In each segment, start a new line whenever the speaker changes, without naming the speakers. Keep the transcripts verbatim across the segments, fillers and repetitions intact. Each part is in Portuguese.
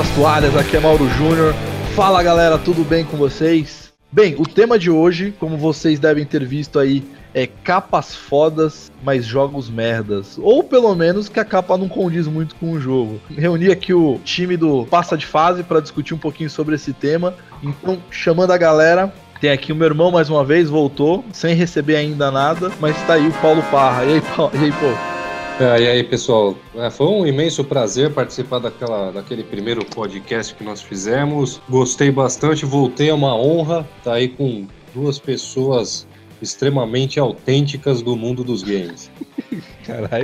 das toalhas, aqui é Mauro Júnior. Fala galera, tudo bem com vocês? Bem, o tema de hoje, como vocês devem ter visto aí, é capas fodas, mas jogos merdas. Ou pelo menos que a capa não condiz muito com o jogo. Reuni aqui o time do Passa de Fase para discutir um pouquinho sobre esse tema. Então, chamando a galera, tem aqui o meu irmão mais uma vez, voltou, sem receber ainda nada, mas tá aí o Paulo Parra. E aí, Paulo? E aí, Paulo?
É, e aí, pessoal, é, foi um imenso prazer participar daquela, daquele primeiro podcast que nós fizemos. Gostei bastante, voltei, é uma honra estar aí com duas pessoas extremamente autênticas do mundo dos games.
Caralho.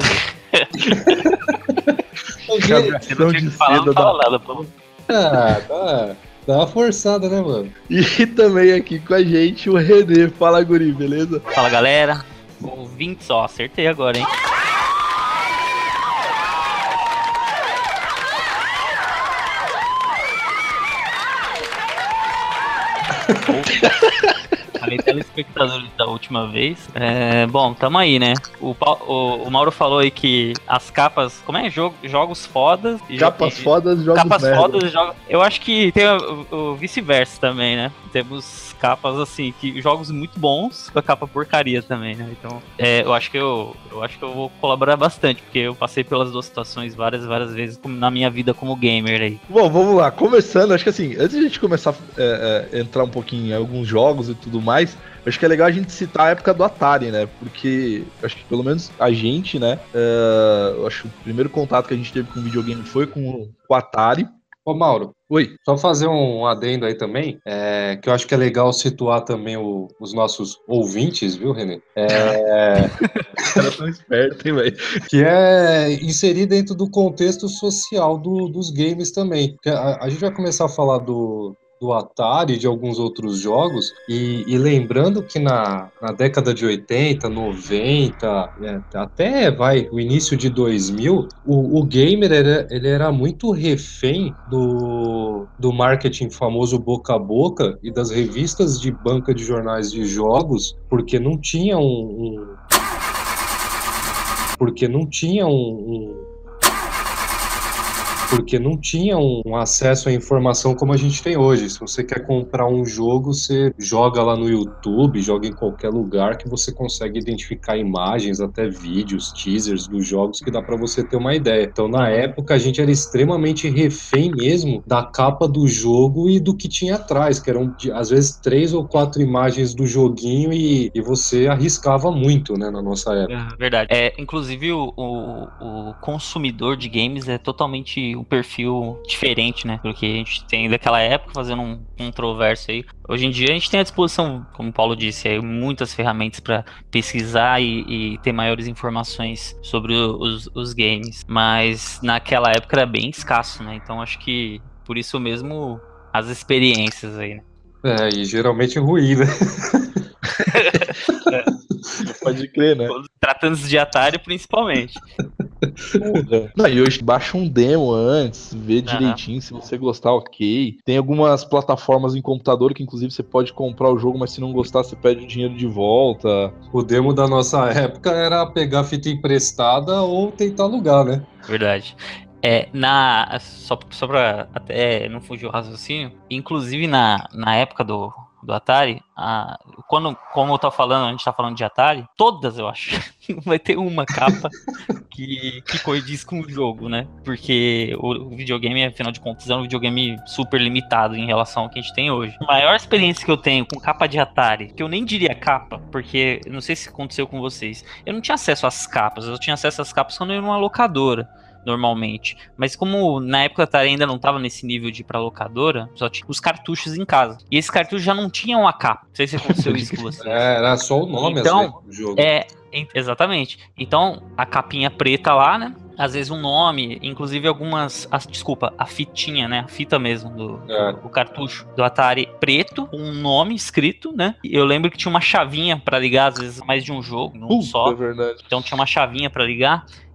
Você não tinha que falar, não fala nada, pô.
Ah, tá. Dá uma forçada, né, mano?
E também aqui com a gente o Renê. Fala, guri, beleza?
Fala, galera. Ouvintes, ó, acertei agora, hein? Falei telespectadores da última vez. É, bom, tamo aí, né? O, o, o Mauro falou aí que as capas. Como é? Jogo, jogos fodas.
Capas
jo
fodas, jogos
Capas
merda.
fodas, jogos. Eu acho que tem o, o vice-versa também, né? Temos capas assim, que jogos muito bons com a capa porcaria também, né? Então, é, eu acho que eu, eu acho que eu vou colaborar bastante, porque eu passei pelas duas situações várias, várias vezes na minha vida como gamer aí.
Bom, vamos lá. Começando, acho que assim, antes de a gente começar a é, é, entrar um pouquinho em alguns jogos e tudo mais, acho que é legal a gente citar a época do Atari, né? Porque acho que pelo menos a gente, né? É, eu acho que o primeiro contato que a gente teve com videogame foi com o Atari.
Ô, Mauro.
Oi.
Só fazer um adendo aí também, é, que eu acho que é legal situar também o, os nossos ouvintes, viu, Renê? É...
Cara tão esperto, hein, velho?
Que é inserir dentro do contexto social do, dos games também. A, a gente vai começar a falar do... do Atari e de alguns outros jogos, e, e lembrando que na, na década de oitenta, noventa, é, até vai o início de dois mil, o, o gamer era, ele era muito refém do, do marketing famoso boca a boca e das revistas de banca de jornais de jogos, porque não tinha um, um porque não tinha um, um porque não tinha um acesso à informação como a gente tem hoje. Se você quer comprar um jogo, você joga lá no YouTube, joga em qualquer lugar que você consegue identificar imagens, até vídeos, teasers dos jogos que dá pra você ter uma ideia. Então, na época, a gente era extremamente refém mesmo da capa do jogo e do que tinha atrás, que eram, às vezes, três ou quatro imagens do joguinho e, e você arriscava muito, né, na nossa época.
É verdade. É, inclusive, o, o, o consumidor de games é totalmente um perfil diferente, né? Porque a gente tem daquela época fazendo um controverso aí. Hoje em dia a gente tem à disposição, como o Paulo disse, aí, muitas ferramentas para pesquisar e, e ter maiores informações sobre os, os games. Mas naquela época era bem escasso, né? Então acho que por isso mesmo as experiências aí, né?
É, e geralmente ruim, né?
Pode crer, né?
Tratando-se de Atari, principalmente.
Não, e hoje baixa um demo antes, vê direitinho, uhum. Se você gostar, ok. Tem algumas plataformas em computador que inclusive você pode comprar o jogo, mas se não gostar você pede o dinheiro de volta.
O demo da nossa época era pegar fita emprestada ou tentar alugar, né?
Verdade. É, na, só, só pra até não fugir o raciocínio, inclusive na, na época do, do Atari, a, quando, como eu tô falando, a gente tá falando de Atari, todas eu acho, vai ter uma capa que, que condiz com o jogo, né? Porque o, o videogame, afinal de contas, é um videogame super limitado em relação ao que a gente tem hoje. A maior experiência que eu tenho com capa de Atari, que eu nem diria capa, porque não sei se aconteceu com vocês, eu não tinha acesso às capas, eu tinha acesso às capas quando eu ia numa locadora. Normalmente, mas como na época a Atari ainda não tava nesse nível de ir pra locadora, só tinha os cartuchos em casa. E esses cartuchos já não tinham a capa. Não sei se aconteceu isso com vocês.
É, era só o nome,
então,
do jogo.
É, exatamente. Então, a capinha preta lá, né? Às vezes um nome, inclusive algumas... A, desculpa, a fitinha, né? A fita mesmo, do,
é.
do o cartucho do Atari preto, um nome escrito, né? Eu lembro que tinha uma chavinha pra ligar, às vezes mais de um jogo, não
uh,
só.
É verdade.
Então tinha uma chavinha pra ligar.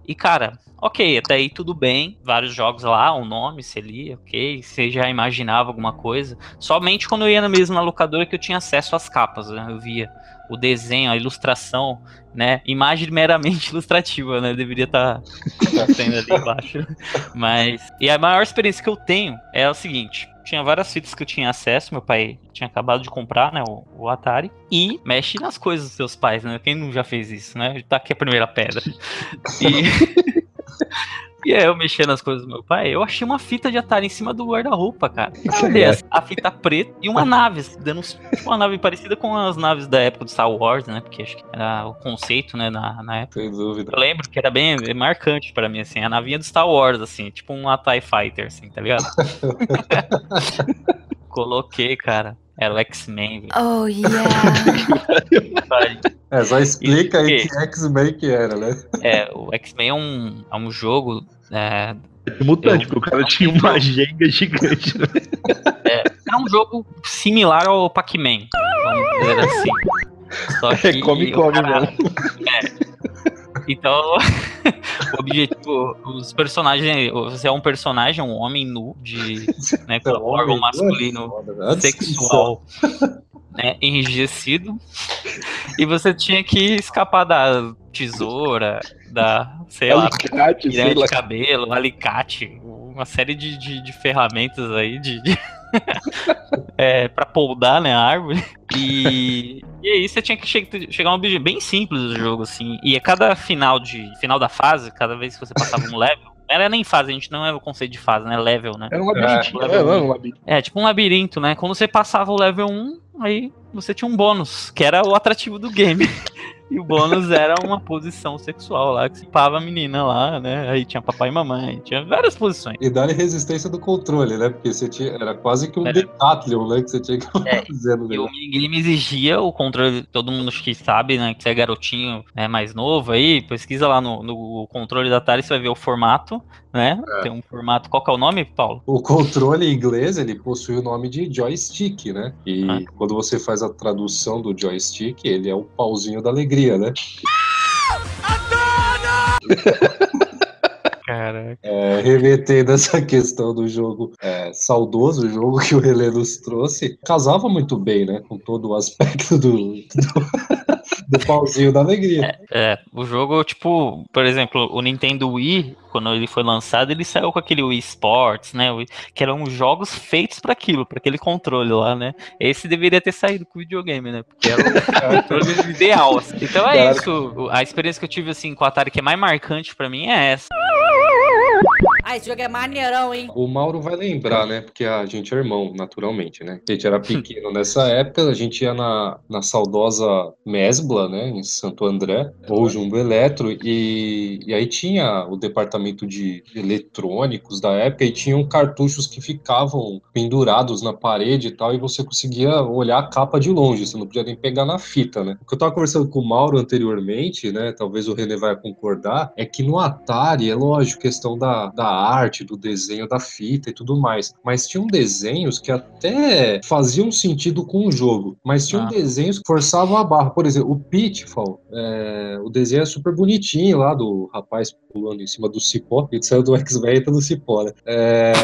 E, cara, ok, até aí tudo bem. Vários jogos lá, o nome, você lia, ok. Você já imaginava alguma coisa. Somente quando eu ia mesmo na locadora que eu tinha acesso às capas, né? Eu via o desenho, a ilustração, né? Imagem meramente ilustrativa, né? Deveria estar tá sendo ali embaixo. Mas... E a maior experiência que eu tenho é o seguinte... Tinha várias fitas que eu tinha acesso, meu pai tinha acabado de comprar, né, o, o Atari. E mexe nas coisas dos seus pais, né? Quem não já fez isso, né? Tá aqui a primeira pedra. E... E aí eu mexendo nas coisas do meu pai, eu achei uma fita de Atari em cima do guarda-roupa, cara. Cadê essa? A fita preta e uma nave, dando tipo uma nave parecida com as naves da época do Star Wars, né? Porque acho que era o conceito, né, na, na época.
Sem dúvida.
Eu lembro que era bem marcante pra mim, assim, a navinha do Star Wars, assim, tipo um TIE Fighter, assim, tá ligado? Coloquei, cara. Era o X-Men, velho.
Oh, yeah.
É, só explica aí
Isso,
que X-Men que era, né?
É, o X-Men é um, é um jogo... É,
É mutante,
eu-
porque o cara tinha uma Jenga gigante, né?
é um jogo similar ao Pac-Man, vamos dizer assim. Só que
É, come,
o
come
cara-
mesmo.
Então, o objetivo, os personagens, você é um personagem, um homem nu, de, né, com
Então,
órgão
homem,
masculino
foda, né?
sexual, né, enrijecido, e você tinha que escapar da tesoura, da, sei lá,
Alicate, sei
pirâmide
lá.
de cabelo, alicate, uma série de, de, de ferramentas aí de, de é, pra poldar, né, a árvore. E, e aí você tinha que che chegar a um objetivo bem simples do jogo, assim. E a cada final de final da fase, cada vez que você passava um level, não era nem fase, a gente não é o conceito de fase, né? Level, né?
Era um labirinto,
É,
né? Era um labirinto.
É, tipo um labirinto, né? Quando você passava o level um, aí você tinha um bônus, que era o atrativo do game. E o bônus era uma posição sexual lá, que se pava a menina lá, né? Aí tinha papai e mamãe, tinha várias posições.
E dar resistência do controle, né? Porque você tinha, era quase que um
É.
Decathlon, né? Que você tinha que
É,
fazer no
E o
negócio.
minigame exigia o controle, todo mundo acho que sabe, né? Que você é garotinho, né, mais novo aí, pesquisa lá no, no controle da Atari, você vai ver o formato, né?
É.
Tem um formato. Qual que é o nome, Paulo?
O controle em inglês, ele possui o nome de joystick, né? E
Ah.
quando você faz a tradução do joystick, ele é o pauzinho da alegria, né?
Caraca.
É, remetendo essa questão do jogo é, saudoso, o jogo que o Relê nos trouxe, casava muito bem, né? Com todo o aspecto do, do, do pauzinho da alegria.
É, o jogo, tipo, por exemplo, o Nintendo Wii, quando ele foi lançado, ele saiu com aquele Wii Sports, né? o Wii- Que eram jogos feitos pra aquilo, pra aquele controle lá, né? Esse deveria ter saído com o videogame, né? Porque era o controle ideal. Assim. Então é
Caraca.
isso. A experiência que eu tive assim com o Atari que é mais marcante pra mim é essa.
Ah, esse jogo é maneirão, hein?
O Mauro vai lembrar, né? Porque a gente é irmão, naturalmente, né? A gente era pequeno nessa época, a gente ia na, na saudosa Mesbla, né? Em Santo André, ou Jumbo Eletro, e, e aí tinha o departamento de eletrônicos da época, e tinham cartuchos que ficavam pendurados na parede e tal, e você conseguia olhar a capa de longe, você não podia nem pegar na fita, né? O que eu tava conversando com o Mauro anteriormente, né? Talvez o René vai concordar, é que no Atari, é lógico, questão da, da arte, do desenho da fita e tudo mais. Mas tinham desenhos que até faziam sentido com o jogo, mas tinham
Ah.
desenhos que forçavam a barra. Por exemplo, o Pitfall, é, o desenho é super bonitinho lá do rapaz pulando em cima do cipó. Ele saiu do X-Men e tá no cipó, né? É...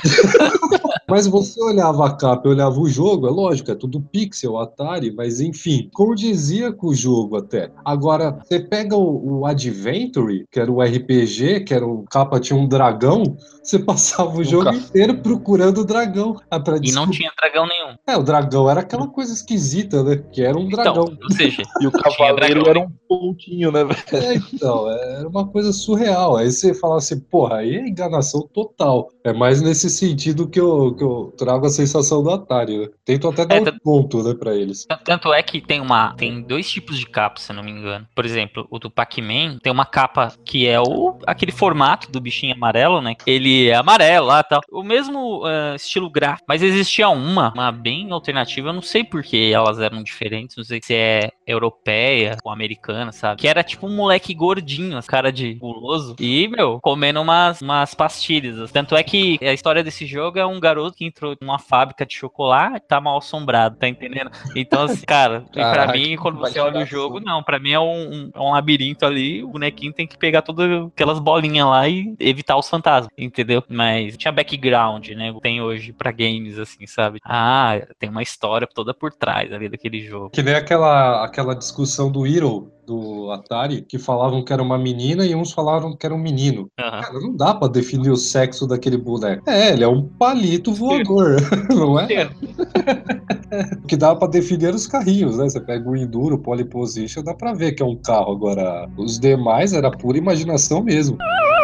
Mas você olhava a capa e olhava o jogo, é lógico, é tudo pixel, Atari, mas enfim, condizia com o jogo até. Agora, você pega o, o Adventure, que era o R P G, que era o capa tinha um dragão, você passava o jogo
Nunca.
inteiro procurando o dragão. Ah, pra
E não
descobrir-
tinha dragão nenhum.
É, o dragão era aquela coisa esquisita, né? Que era um dragão.
Então, ou seja,
E o
Tinha
cavaleiro
dragão,
era um pontinho, né, velho?
É, então, era uma coisa surreal. Aí você fala assim, porra, aí é enganação total. É mais nesse sentido que eu, que eu trago a sensação do Atari, né? Tento até dar
É,
um
tá-
ponto, né, pra eles.
tanto é que tem uma tem dois tipos de capa, se eu não me engano. Por exemplo, o do Pac-Man tem uma capa que é o aquele formato do bichinho amarelo, né? Ele é amarelo lá, tal. O mesmo eh, estilo gráfico, mas existia uma, uma bem alternativa, eu não sei por que elas eram diferentes, não sei se é europeia ou americana, sabe? Que era tipo um moleque gordinho, cara de guloso e, meu, comendo umas umas pastilhas. Tanto é que a história desse jogo é um garoto que entrou numa fábrica de chocolate tá mal assombrado, tá entendendo? Então, assim, cara, e pra
Caraca,
mim, quando você
vai
olha o
tirar
jogo,
fogo.
não, pra mim é um, um, é um labirinto ali, o bonequinho tem que pegar todas aquelas bolinhas lá e evitar os fantasmas, entendeu? Mas tinha background, né? Tem hoje pra games, assim, sabe? Ah, tem uma história toda por trás ali daquele jogo.
Que nem aquela, aquela discussão do Hero, do Atari, que falavam que era uma menina e uns falavam que era um menino.
Aham.
Cara, não dá pra definir o sexo daquele boneco. É, ele é um palito voador, não é? O que dá pra definir eram os carrinhos, né? Você pega o Enduro, o Pole Position, dá pra ver que é um carro. Agora, os demais era pura imaginação mesmo.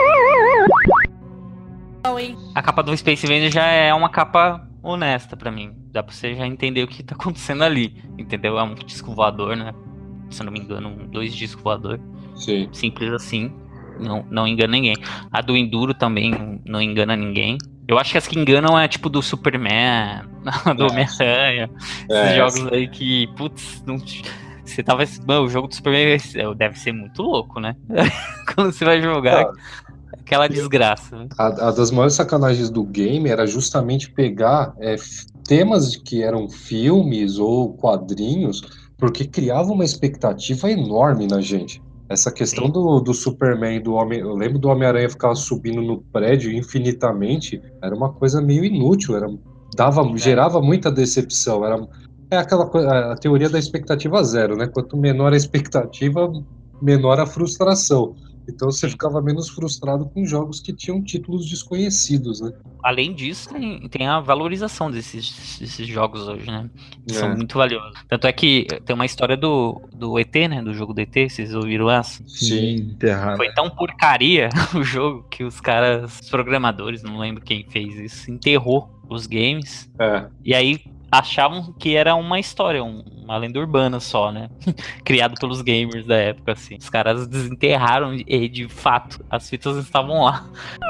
A capa do Space Invaders já é uma capa honesta pra mim. Dá pra você já entender o que tá acontecendo ali, entendeu? É um disco voador, né? Se eu não me engano, um, dois discos voador.
Sim.
Simples assim. Não, não engana ninguém. A do Enduro também não engana ninguém. Eu acho que as que enganam é tipo do Superman, do
É.
Homem-Aranha.
É,
Esses jogos aí que, putz, não. Você tava. Mano, o jogo do Superman deve ser muito louco, né? Quando você vai jogar. Aquela desgraça. Né?
A, a das maiores sacanagens do game era justamente pegar é, f- temas de que eram filmes ou quadrinhos, porque criava uma expectativa enorme na gente. Essa questão
Sim.
do, do Superman e do Homem... Eu lembro do Homem-Aranha ficar subindo no prédio infinitamente, era uma coisa meio inútil, era, dava, gerava muita decepção. Era, é aquela coisa, a teoria da expectativa zero, né? Quanto menor a expectativa, menor a frustração. Então você ficava menos frustrado com jogos que tinham títulos desconhecidos, né?
Além disso, tem, tem a valorização desses, desses jogos hoje, né? Que são
É.
muito valiosos. Tanto é que tem uma história do, do E T, né? Do jogo do E T, vocês ouviram essa?
Sim, enterrado.
Foi tão porcaria o jogo que os caras, os programadores, não lembro quem fez isso, enterrou os games.
É.
E aí achavam que era uma história, um- uma lenda urbana só, né? Criado pelos gamers da época, assim. Os caras desenterraram e, de fato, as fitas estavam lá.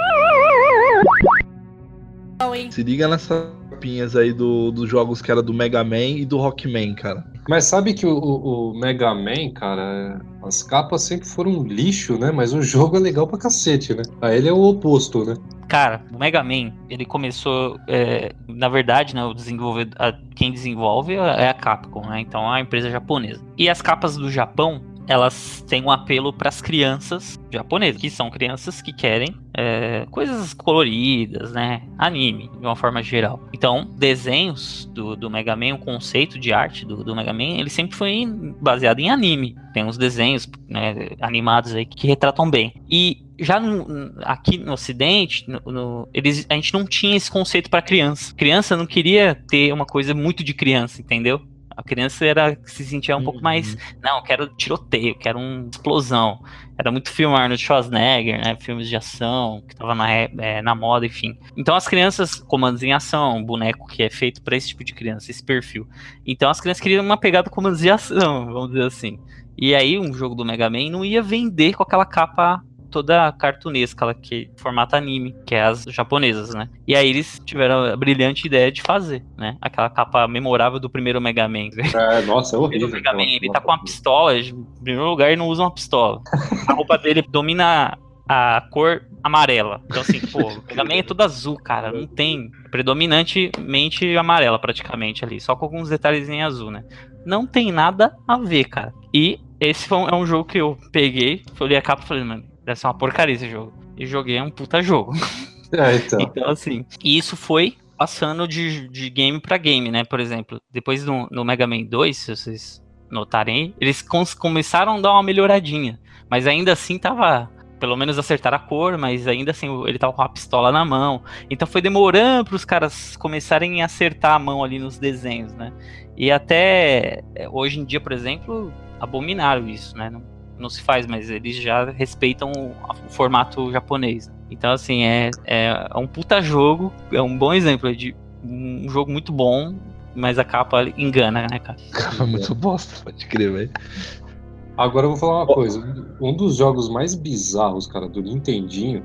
Se liga nessas capinhas aí do, dos jogos que era do Mega Man e do Rockman, cara.
Mas sabe que o, o, o Mega Man, cara, as capas sempre foram um lixo, né? Mas o jogo é legal pra cacete, né? Aí ele é o oposto, né?
Cara, o Mega Man, ele começou, é, na verdade, né, o desenvolvedor, a- quem desenvolve é a Capcom, né? Então é uma empresa japonesa. E as capas do Japão, elas têm um apelo para as crianças japonesas, que são crianças que querem é, coisas coloridas, né? Anime, de uma forma geral. Então, desenhos do, do Mega Man, o conceito de arte do, do Mega Man, ele sempre foi em- baseado em anime. Tem uns desenhos, né, animados aí que retratam bem. E já no- aqui no Ocidente, no- no- eles, a gente não tinha esse conceito para criança. Criança não queria ter uma coisa muito de criança, entendeu? A criança era se sentia um pouco mais, não, eu quero tiroteio, eu quero uma explosão. Era muito filme Arnold Schwarzenegger, né? Filmes de ação, que tava na, é, é, na moda, enfim. Então as crianças, comandos em ação, boneco que é feito para esse tipo de criança, esse perfil. Então as crianças queriam uma pegada comandos de ação, vamos dizer assim. E aí um jogo do Mega Man não ia vender com aquela capa toda cartunesca, ela que formato anime, que é as japonesas, né? E aí eles tiveram a brilhante ideia de fazer, né? Aquela capa memorável do primeiro Mega Man.
É, nossa, é
O
horrível.
Mega Man, ele
aquela-
tá com uma pistola, em primeiro lugar ele não usa uma pistola. A roupa dele domina a cor amarela. Então assim, pô, o Mega Man é todo azul, cara, não tem, predominantemente amarela praticamente ali, só com alguns detalhes em azul, né? Não tem nada a ver, cara. E esse foi um, é um jogo que eu peguei, olhei a capa e falei, mano, deve ser uma porcaria esse jogo. E joguei, é um puta jogo.
É, então.
Então, assim, e isso foi passando de, de game pra game, né? Por exemplo, depois do, no Mega Man dois, se vocês notarem, eles cons- começaram a dar uma melhoradinha. Mas ainda assim tava, pelo menos acertar a cor, mas ainda assim ele tava com a pistola na mão. Então foi demorando para os caras começarem a acertar a mão ali nos desenhos, né? E até é, hoje em dia, por exemplo, abominaram isso, né? Não, não se faz, mas eles já respeitam o, o formato japonês. Então, assim, é, é um puta jogo, é um bom exemplo de um jogo muito bom, mas a capa engana, né, cara?
Capa muito bosta, pode crer, velho.
Agora eu vou falar uma coisa. Um dos jogos mais bizarros, cara, do Nintendinho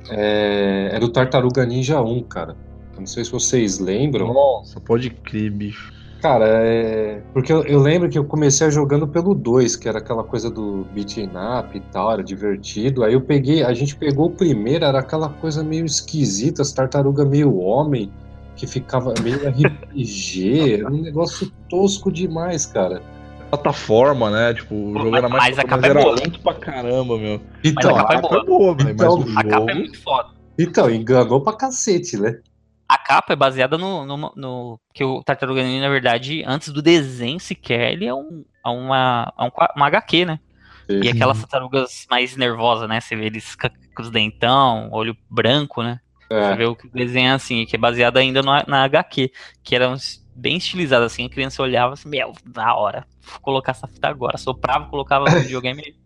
é... era o Tartaruga Ninja um, cara. Eu não sei se vocês lembram.
Nossa, pode crer, bicho.
Cara, é... Porque eu, eu lembro que eu comecei jogando pelo dois, que era aquela coisa do beat'em up e tal, era divertido. Aí eu peguei, a gente pegou o primeiro, era aquela coisa meio esquisita, as tartarugas meio homem. que ficava meio R P G, era um negócio tosco demais, cara.
Plataforma, né? Tipo, o jogo era mais
Mas a
plataforma,
capa é
era
boa.
lento pra caramba, meu.
Então,
Mas a capa é boa.
é boa, velho,
Então,
mas o
A capa é
jogo...
muito foda.
então, enganou pra cacete, né?
A capa é baseada no, no, no- que o Tartaruga Ninja, na verdade, antes do desenho sequer, ele é um, é uma, é um, qua- uma agá quê, né? E aquelas tartarugas mais nervosas, né? Você vê eles com com os dentão, olho branco, né? Você
É,
vê o que desenha assim, que é baseado ainda no, na agá quê, que era uns- bem estilizado assim, a criança olhava assim, meu, da hora, vou colocar essa fita agora, soprava, colocava no videogame.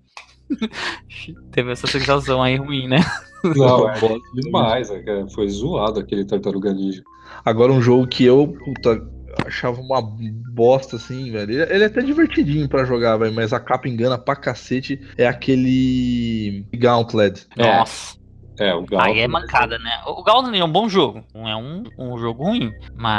Teve essa sensação aí ruim, né?
não, é
Bosta
demais, né, cara? Foi zoado aquele Tartaruga Ninja.
Agora um jogo que eu, puta, achava uma bosta, assim, velho. Ele, ele é até divertidinho pra jogar, velho, mas a capa engana pra cacete. É aquele Gauntlet.
É.
Nossa.
É, o Gal.
Aí é mancada, né? O Gauntlet é um bom jogo, não é um, um jogo ruim,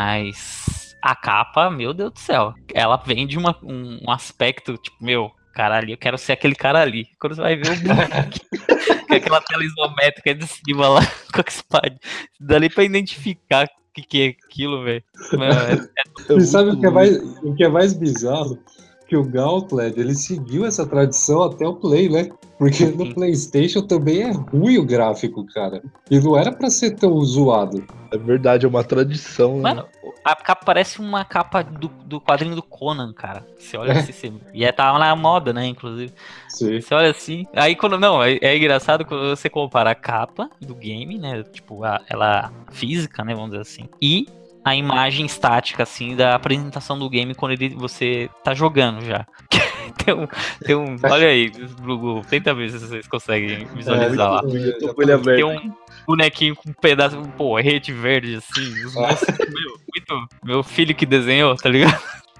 mas a capa, meu Deus do céu, ela vende uma, um, um aspecto, tipo, meu, cara ali, eu quero ser aquele cara ali. Quando você vai ver o boneco, com aquela tela isométrica de cima lá, com a espada, dá nem pra identificar o que, que é aquilo, velho. É, é
E sabe o que, é
muito
mais, o que é mais bizarro? Que o Gauntlet, ele seguiu essa tradição até o Play, né? Porque no PlayStation também é ruim o gráfico, cara. E não era pra ser tão zoado.
É verdade, é uma tradição. né?
Mano, a capa parece uma capa do, do quadrinho do Conan, cara. Você olha assim, você... e é, tá na moda, né, inclusive.
Sim.
Você olha assim, aí quando, não, é, é engraçado quando você compara a capa do game, né, tipo, a, ela física, né, vamos dizer assim, e a imagem estática, assim, da apresentação do game quando ele, você tá jogando já. tem, um, tem um, olha aí, Google, tenta ver se vocês conseguem visualizar lá.
Eu tô com ele
Tem
aberto.
um bonequinho com um pedaço, um porrete verde, assim, os monstros, meu, muito, meu filho que desenhou, tá ligado?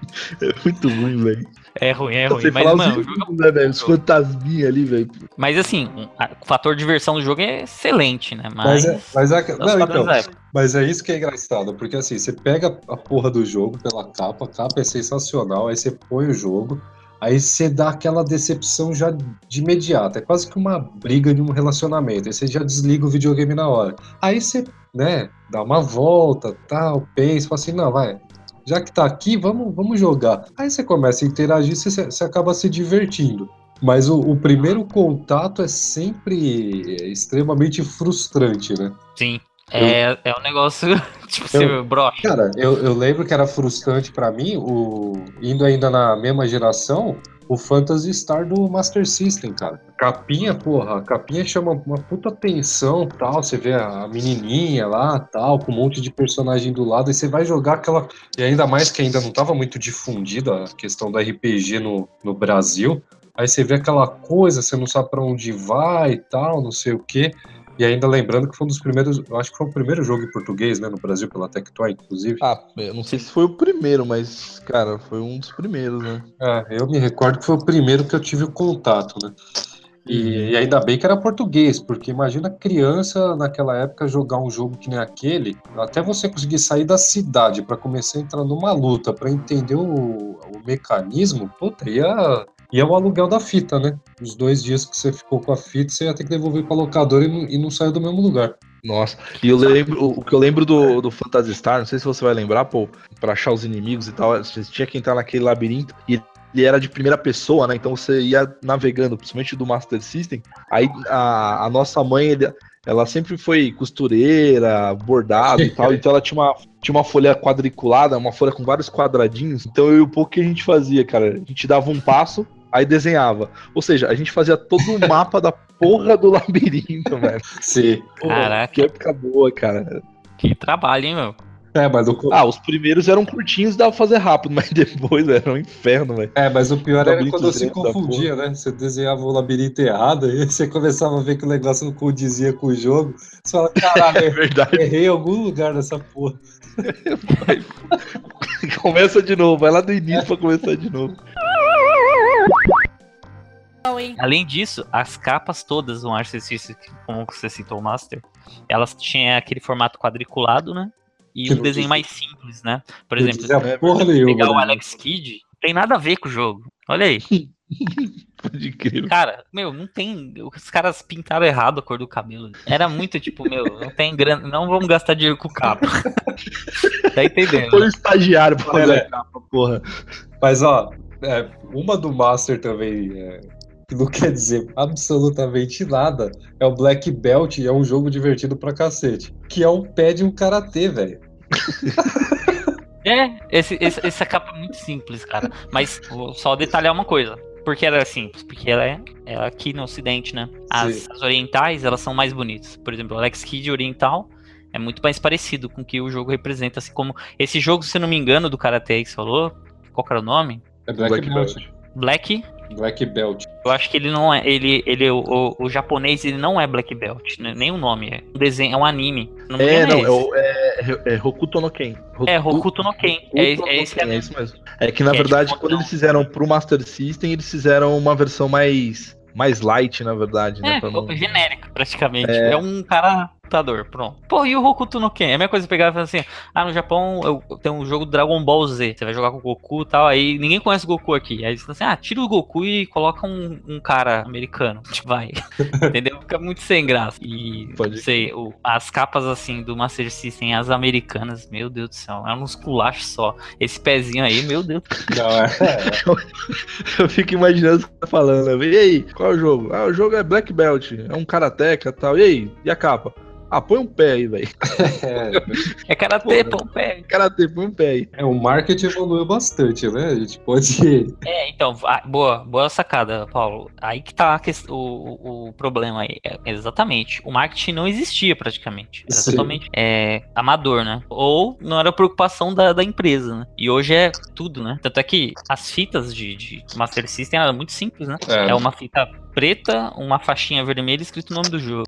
É muito ruim, velho.
É ruim, é ruim,
Você
mas,
falar
mano, o
os
jogo é
inimigos, né, velho? Os
jogo.
fantasminhas ali, velho.
Mas assim, um- a- o fator diversão do jogo é excelente, né?
Mas
Mas.
é, mas é,
são os
não,
padrões
então,
da época.
mas é isso que é engraçado, porque assim, você pega a porra do jogo pela capa, a capa é sensacional, aí você põe o jogo, aí você dá aquela decepção já de imediato, é quase que uma briga de um relacionamento, aí você já desliga o videogame na hora. Aí você, né, dá uma volta, tal, pensa, fala assim, não, vai, já que tá aqui, vamos, vamos jogar. Aí você começa a interagir, você, você acaba se divertindo. Mas o, o primeiro contato é sempre extremamente frustrante, né?
Sim. É, é um negócio. Tipo, você
Eu-
brocha.
Cara, eu, eu lembro que era frustrante pra mim, o, indo ainda na mesma geração, o Phantasy Star do Master System, cara. Capinha, porra, a capinha chama uma puta atenção, tal, você vê a menininha lá, tal, com um monte de personagem do lado, e você vai jogar aquela... E ainda mais que ainda não tava muito difundida a questão do R P G no, no Brasil, aí você vê aquela coisa, você não sabe pra onde vai e tal, não sei o quê. E ainda lembrando que foi um dos primeiros, eu acho que foi o primeiro jogo em português, né, no Brasil, pela Tectoy, inclusive.
Ah, eu não sei se foi o primeiro, mas, cara, foi um dos primeiros, né?
É, eu me recordo que foi o primeiro que eu tive o contato, né? E, e ainda bem que era português, porque imagina criança naquela época jogar um jogo que nem aquele, até você conseguir sair da cidade pra começar a entrar numa luta, pra entender o, o mecanismo, puta, ia, ia o aluguel da fita, né? Os dois dias que você ficou com a fita, você ia ter que devolver pra locadora e não, e não saiu do mesmo lugar.
Nossa, e eu lembro, o o que eu lembro do, do Phantasy Star, não sei se você vai lembrar, pô, pra achar os inimigos e tal, você tinha que entrar naquele labirinto e ele era de primeira pessoa, né? Então você ia navegando, principalmente do Master System. Aí a, a nossa mãe, ele- ela sempre foi costureira, bordado e tal, então ela tinha uma, tinha uma folha quadriculada, uma folha com vários quadradinhos. Então eu e o pouco que a gente fazia, cara, a gente dava um passo, aí desenhava. Ou seja, a gente fazia todo o mapa da porra do labirinto, velho.
Sim.
Porra,
Caraca.
que época boa, cara.
Que trabalho, hein, meu?
É, mas o,
Ah, os primeiros eram curtinhos, dava pra fazer rápido, mas depois era um inferno, velho.
é, mas o pior era
Labirinto
quando se
grande da
confundia, né? Você desenhava o labirinto errado, e você começava a ver que o negócio não condizia com o jogo. Você fala,
É
caralho,
verdade.
errei em algum lugar nessa porra.
Começa de novo, vai lá do início pra começar de novo.
Não, hein?
Além disso, as capas todas do Master System, como você citou o Master, elas tinham aquele formato quadriculado, né? E
Que
um
não
desenho
diz-
mais simples, né? Por
Não
exemplo,
dizia
é,
porra
se
nenhuma.
pegar o
né?
Alex Kidd, não tem nada a ver com o jogo. Olha aí.
Pode crer.
Cara, meu, não tem. Os caras pintaram errado a cor do cabelo. Era muito tipo, meu, não tem grana. Não vamos gastar dinheiro com capa. Tá entendendo?
Foi o estagiário pra fazer
É.
a capa, porra.
Mas, ó, é, uma do Master também, é, que não quer dizer absolutamente nada, é o Black Belt e é um jogo divertido pra cacete. Que é um pé de um karatê, velho.
É, esse, esse, essa capa é muito simples, cara. Mas vou só detalhar uma coisa. Por que ela é simples? Porque ela é, é aqui no ocidente, né? As, as orientais, elas são mais bonitas. Por exemplo, o Alex Kidd oriental é muito mais parecido com o que o jogo representa. Assim como esse jogo, se eu não me engano, do Karate que você falou, qual que era o nome?
É Black,
Black
Belt.
Belt.
Black...
Black Belt.
Eu acho que ele não é. Ele, ele, o, o, o japonês, ele não é Black Belt, né? Nem o nome. É um desenho, é um anime. Não me
É,
engano,
não,
é,
é, o- é, é Hokuto no Ken.
é Hokuto no Ken. É,
Hokuto
é
no
esse
Ken,
anime.
é isso mesmo. É que na
Que é
verdade,
tipo
quando
fodão.
eles fizeram pro Master System, eles fizeram uma versão mais, mais light, na verdade, né?
É,
pra não-
genérico, praticamente. É. um cara lutador, pronto. Pô, e o Hokuto no Ken? É a mesma coisa pegar e falar assim: ah, no Japão eu, eu tenho um jogo Dragon Ball Z. Você vai jogar com o Goku e tal. Aí ninguém conhece o Goku aqui. Aí você fala assim: ah, tira o Goku e coloca um, um cara americano. Vai. Entendeu? Fica muito sem graça. E
Pode
não sei, o- as capas assim do Master System, as americanas, meu Deus do céu, é uns culachos só. Esse pezinho aí, meu Deus.
Não, é,
Eu fico imaginando você falando, né? E aí, qual é o jogo? Ah, o jogo é Black Belt, é um karateca e tal. E aí, e a capa? Ah, põe um pé aí, velho.
é,
É karatê,
Porra.
pô, pé.
Karate, põe um pé aí.
é, o marketing evoluiu bastante, né? A gente pode.
É, então, ah, boa, boa sacada, Paulo. Aí que tá a quest- o, o, o problema aí. É, exatamente. O marketing não existia praticamente. Era
Sim.
totalmente é, amador, né? Ou não era preocupação da, da empresa, né? E hoje é tudo, né? Tanto é que as fitas de, de Master System eram muito simples, né?
É.
É uma fita preta, uma faixinha vermelha escrito o nome do jogo.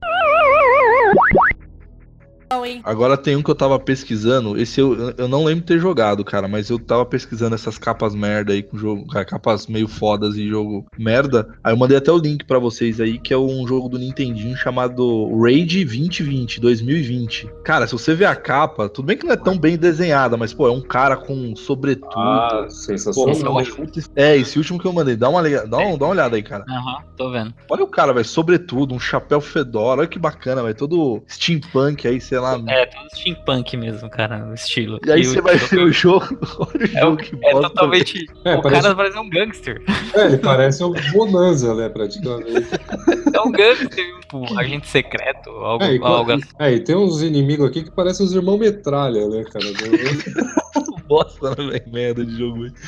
Não, hein?
Agora tem um que eu tava pesquisando. Esse eu, eu não lembro de ter jogado, cara, mas eu tava pesquisando essas capas merda aí com jogo, cara, capas meio fodas e jogo merda. Aí eu mandei até o link pra vocês aí, que é um jogo do Nintendinho chamado Raid vinte vinte, dois mil e vinte. Cara, se você ver a capa, tudo bem que não é tão bem desenhada, mas pô, é um cara com sobretudo.
Ah,
Pô,
sensacional.
esse é
eu acho muito- é, esse último que eu mandei, dá uma, lega- dá uma, dá uma olhada aí, cara.
Aham, tô vendo.
Olha o cara, velho, sobretudo, um chapéu fedora, olha que bacana, velho, todo steampunk aí, sei lá.
É, todo steampunk mesmo, cara, o estilo.
E aí
o
você vai ver o jogo, olha o
É,
jogo
o-
que
é
bosta,
totalmente.
É,
o
parece-
cara parece um gangster.
É, ele parece um Bonanza, né, praticamente.
É um gangster, um agente secreto, algo,
É, e,
algo assim.
é, e tem uns inimigos aqui que parecem os irmãos Metralha, né, cara?
muito bosta, né, velho, merda de jogo. Velho.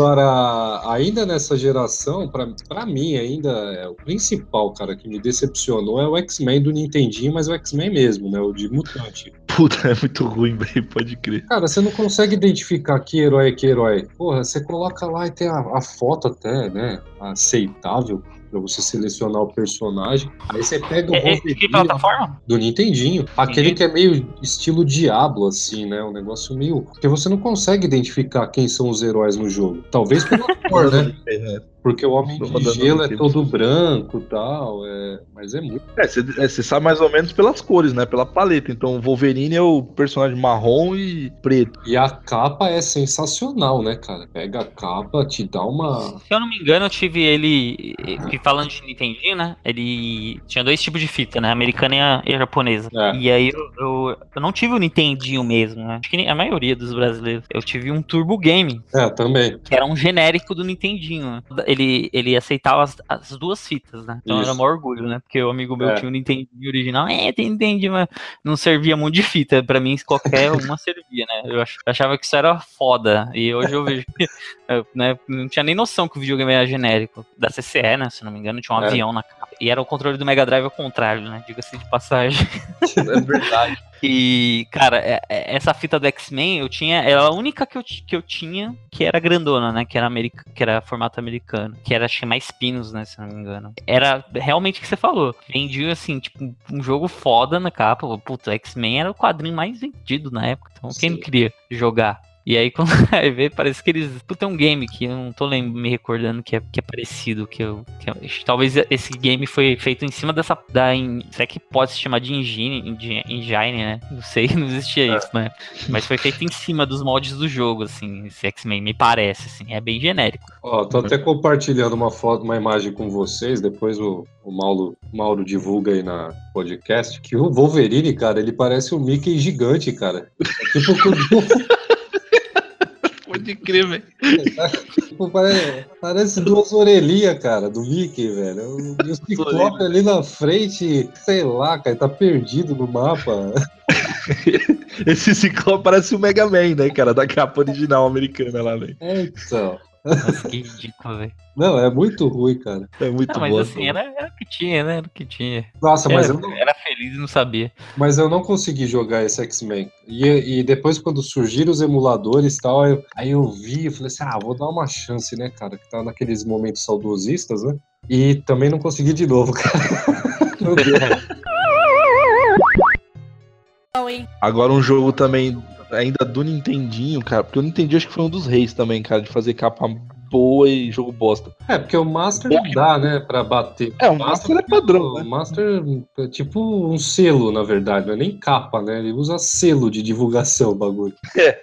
Agora, ainda nessa geração, pra, pra mim, ainda é o principal, cara, que me decepcionou é o X-Men do Nintendinho, mas o X-Men mesmo, né? O de mutante.
Puta, é muito ruim, velho, pode crer.
Cara, você não consegue identificar que herói é que herói. Porra, você coloca lá e tem a, a foto até, né? Aceitável pra você selecionar o personagem. Aí você pega o
É, é,
Wolverine
que plataforma?
do Nintendinho. Aquele
Entendi.
que é meio estilo Diablo, assim, né? Um negócio meio... Porque você não consegue identificar quem são os heróis no jogo. Talvez pela cor, né? Porque o Homem
Tô
de
rodando
Gelo é
aqui.
todo branco e tal, é... mas é muito...
É, você sabe mais ou menos pelas cores, né? Pela paleta. Então, o Wolverine é o personagem marrom e preto.
E a capa é sensacional, né, cara? Pega a capa, te dá uma...
Se eu não me engano, eu tive ele. Que falando de Nintendinho, né? Ele tinha dois tipos de fita, né? Americana e a, e a japonesa.
É.
E aí eu, eu, eu não tive o Nintendinho mesmo, né? Acho que nem a maioria dos brasileiros. Eu tive um Turbo Game,
É, também.
que era um genérico do Nintendinho, né? Ele, ele aceitava as, as duas fitas, né? Então
Isso.
era o maior orgulho, né? Porque o amigo meu
É.
tinha o Nintendinho original. É, tem Nintendinho, mas não servia muito de fita. Pra mim, qualquer uma servia, né? Eu ach- achava que isso era foda. E hoje eu vejo que eu, né, não tinha nem noção que o videogame era genérico. Da C C E, né? Se não me engano, tinha um
É.
avião na capa. E era o controle do Mega Drive ao contrário, né? Diga-se de passagem.
É verdade.
E, cara, é- é- essa fita do X-Men eu tinha. Era a única que eu, ti- que eu tinha que era grandona, né? Que era, america, que era formato americano. Que era, acho que mais pinos, né? Se não me engano. Era realmente o que você falou. Vendia, assim, tipo, um jogo foda na capa. Puta, X-Men era o quadrinho mais vendido na época. Então, quem
Sim.
não queria jogar? E aí, quando vai ver, parece que eles... Puta, é um game que eu não tô lem- me recordando que é, que é parecido, que eu, que eu... Talvez esse game foi feito em cima dessa... Da, in, será que pode se chamar de engine, engine, engine, né? Não sei, não existia isso, né? Mas foi feito em cima dos moldes do jogo, assim, esse X-Men, me parece, assim. É bem genérico.
Ó, tô até compartilhando uma foto, uma imagem com vocês, depois o, o Mauro, Mauro divulga aí na podcast, que o Wolverine, cara, ele parece um Mickey gigante, cara. É tipo com...
Pode crer, velho.
Tipo, parece, parece duas orelhinhas, cara, do Mickey, velho. E o Ciclope ali na frente, sei lá, cara, tá perdido no mapa.
Esse Ciclope parece o Mega Man, né, cara? Da capa original americana lá, velho.
É, então.
Nossa, que ridículo, velho.
Não, é muito ruim, cara.
É muito
Não, mas
bom.
assim, era, era o que tinha, né? Era o que tinha.
Nossa, mas
era,
eu não,
era feliz e não sabia.
mas eu não consegui jogar esse X-Men. E, e depois, quando surgiram os emuladores e tal, eu- aí eu vi e falei assim, ah, vou dar uma chance, né, cara? Que tá naqueles momentos saudosistas, né? E também não consegui de novo, cara. Não deu.
Não, hein?
Agora um jogo também, ainda do Nintendinho, cara, porque o Nintendinho acho que foi um dos reis também, cara, de fazer capa boa e jogo bosta.
É, porque o Master não dá, né, pra bater.
É, o Master é padrão,
O
né?
Master é tipo um selo, na verdade, não é nem capa, né? Ele usa selo de divulgação, o bagulho.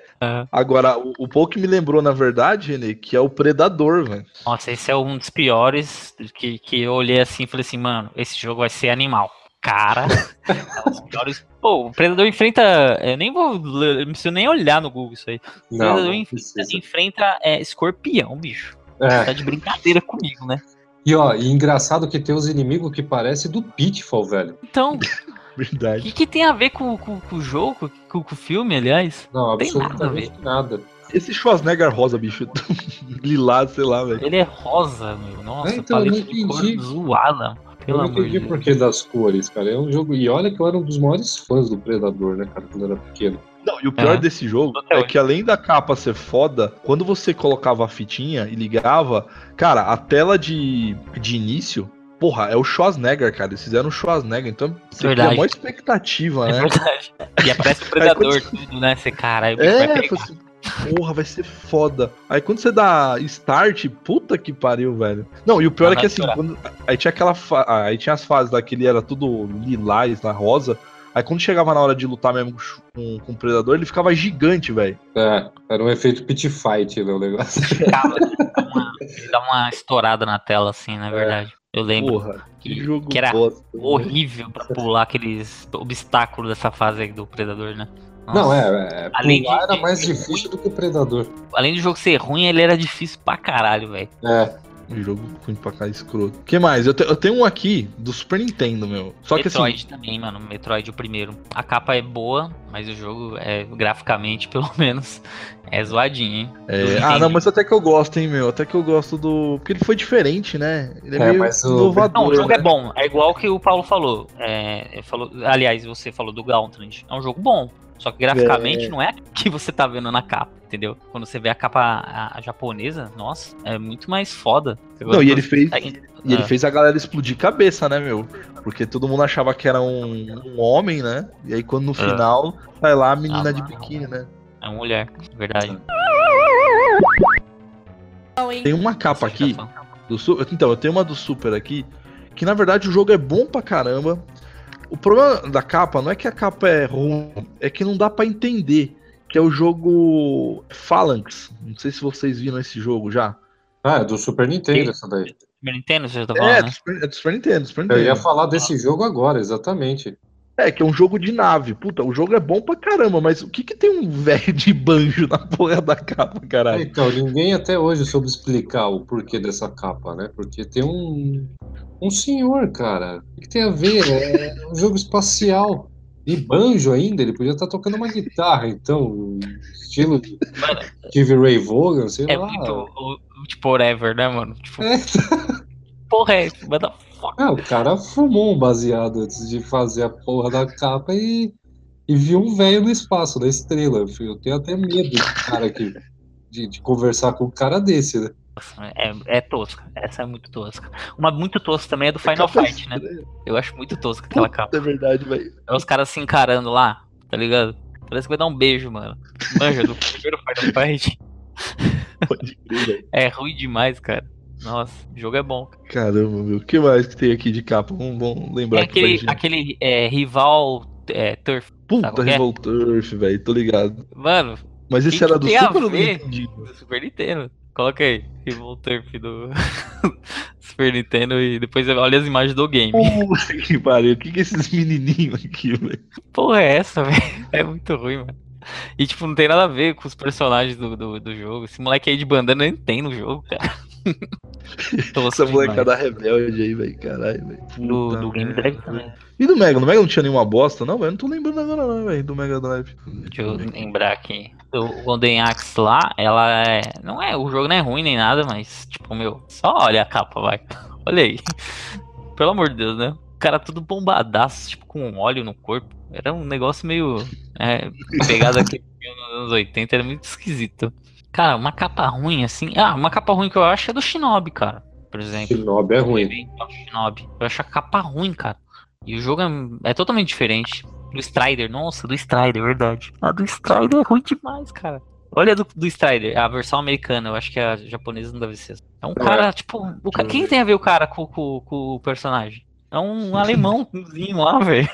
Agora, o, o pouco que me lembrou, na verdade, Renê, que é o Predador, velho.
Nossa, esse é um dos piores que, que eu olhei assim e falei assim, mano, esse jogo vai ser animal. Cara, é um dos piores. Pô, o Predador enfrenta. Eu nem vou. Eu não preciso nem olhar no Google isso aí. O
Não,
Predador
não
enfrenta,
precisa.
enfrenta é, escorpião, bicho.
É.
Tá de brincadeira comigo, né?
E ó, e engraçado que tem os inimigos que parecem do Pitfall, velho.
Então, o
Verdade.
que, que tem a ver com, com, com o jogo, com, com o filme, aliás?
Não,
Tem nada a
absolutamente nada.
Esse Schwarzenegger rosa, bicho. Lilás, sei lá, velho.
Ele é rosa, meu. Nossa,
É, então, eu
paleta
não
de cor
entendi.
zoada. Pelo
Eu não
amor de
entendi
Deus.
por que das cores, cara. É um jogo. E olha que eu era um dos maiores fãs do Predador, né, cara, quando eu era pequeno.
Não, e o pior
É.
desse jogo
Até
é
hoje.
que além da capa ser foda, quando você colocava a fitinha e ligava, cara, a tela de, de início, porra, é o Schwarzenegger, cara. Eles fizeram o Schwarzenegger, então você
Verdade.
cria a maior expectativa,
É
né?
verdade. E aparece o predador, tudo, né? Você, caralho, o bicho vai
É,
pegar.
falei assim, porra, vai ser foda. Aí quando você dá start, puta que pariu, velho. Não, e o pior
Ah,
é que
vai
assim,
chorar.
quando, aí tinha aquela fa... ah, aí tinha as fases lá que ele era tudo lilás, na rosa. Aí quando chegava na hora de lutar mesmo com, com o predador, ele ficava gigante, velho.
É, era um efeito pit fight, né, o negócio.
Ficava, ele dá uma- ele dá uma estourada na tela, assim, na verdade. Eu lembro.
Porra, que
que-
jogo
que era
bosta.
Horrível pra pular aqueles obstáculos dessa fase aí do predador, né? Nossa.
Não, é, é
Além
pular
de-
era mais difícil do que o Predador.
Além do jogo ser ruim, ele era difícil pra caralho, velho.
É,
Um jogo ruim pra cá, escroto. O que mais? Eu, te- eu tenho um aqui do Super Nintendo, meu. Só que
Metroid
assim.
também, mano. Metroid o primeiro. A capa é boa, mas o jogo é graficamente, pelo menos, é zoadinho, hein?
é,
Do
ah,
Nintendo.
não, mas até que eu gosto, hein, meu. Até que eu gosto do. Porque ele foi diferente, né? Ele é,
É,
meio
mas o-
inovador.
Não, o jogo
né?
é bom. É igual que o Paulo falou. É, falou. Aliás, você falou do Gauntlet. É um jogo bom. Só que graficamente
É.
não é o que você tá vendo na capa, entendeu? Quando você vê a capa a, a japonesa, nossa, é muito mais foda.
Não, e ele fez.
consegue-
E ele
Ah.
fez a galera explodir cabeça, né, meu? Porque todo mundo achava que era um, um homem, né? E aí quando no
Ah.
final vai lá a menina
Ah,
de
não.
biquíni, né?
É uma mulher, verdade.
Não, hein?
Tem uma capa
Você
aqui
fica fã.
do Super. Então, eu tenho uma do Super aqui, que na verdade o jogo é bom pra caramba. O problema da capa não é que a capa é ruim, é que não dá pra entender. Que é o jogo Phalanx. Não sei se vocês viram esse jogo já.
ah, é do Super Nintendo
Sim.
essa daí.
Super Nintendo, você já tá
É,
falando,
do
né?
Super, é do Super Nintendo, do Super
Eu
Nintendo.
ia falar desse jogo agora, exatamente.
É, que é um jogo de nave. Puta, o jogo é bom pra caramba, mas o que que tem um velho de banjo na porra da capa, caralho?
Então, ninguém até hoje soube explicar o porquê dessa capa, né? Porque tem um, um senhor, cara. O que tem a ver? É um jogo espacial. E banjo ainda, ele podia estar tocando uma guitarra, então, estilo de
Mano,
Stevie Ray Vaughan, sei
é
lá.
muito o- o tipo whatever, né, mano? Tipo,
É.
porra é esse? Manda fuck.
Ah, o cara fumou um baseado antes de fazer a porra da capa e, e viu um velho no espaço, na estrela. Eu tenho até medo de cara aqui, de, de conversar com um cara desse, né?
É, é tosca. Essa é muito tosca. Uma muito tosca também é do Final
Capa
Fight, né? Eu acho muito tosca aquela capa.
É verdade, velho.
É os caras se encarando lá, tá ligado? Parece que vai dar um beijo, mano. Manja, do primeiro Final Fight.
Pode crer, velho.
É ruim demais, cara. Nossa, o jogo é bom.
Caramba, meu. O que mais que tem aqui de capa? Vamos, vamos lembrar
É
aqui pra
aquele,
gente.
aquele é, rival é, Turf. Sabe
Puta,
qual que é?
Revolturf, velho. Tô ligado.
Mano,
Mas esse
que
era
que
do
tem a
Super ou do
ver?
Nintendinho?
do Super Nintendo. Coloca aí, Rival Turf do Super Nintendo e depois olha as imagens do game.
Puta que pariu. O que que é esses menininhos aqui, velho?
Porra é essa, velho? É muito ruim, mano. E tipo, não tem nada a ver com os personagens do, do, do jogo. Esse moleque aí de bandana nem tem no jogo, cara. Tosco
Essa molecada
demais.
rebelde aí, velho. Caralho, velho.
Do,
Puta
do Game
merda.
Drive também.
E do Mega? No Mega não tinha nenhuma bosta, não, velho? Não tô lembrando agora, não, velho. Do Mega Drive.
Deixa eu lembrar aqui. O Golden Axe lá, ela é. Não é. O jogo não é ruim nem nada, mas, tipo, meu, só olha a capa, vai. Olha aí. Pelo amor de Deus, né? O cara tudo bombadaço, tipo, com óleo no corpo. Era um negócio meio. É, pegada aqui nos anos oitenta, era muito esquisito. Cara, uma capa ruim, assim. Ah, uma capa ruim que eu acho é do Shinobi, cara. Por exemplo.
Shinobi é ruim.
Evento Shinobi. Eu acho a capa ruim, cara. E o jogo é, é totalmente diferente. Do Strider, nossa, do Strider, verdade. A do Strider é ruim demais, cara. Olha a do, do Strider, a versão americana, eu acho que a japonesa não deve ser. É um
Não
cara,
é.
tipo. O ca... Quem tem a ver o cara com, com, com o personagem? É um alemãozinho lá, velho.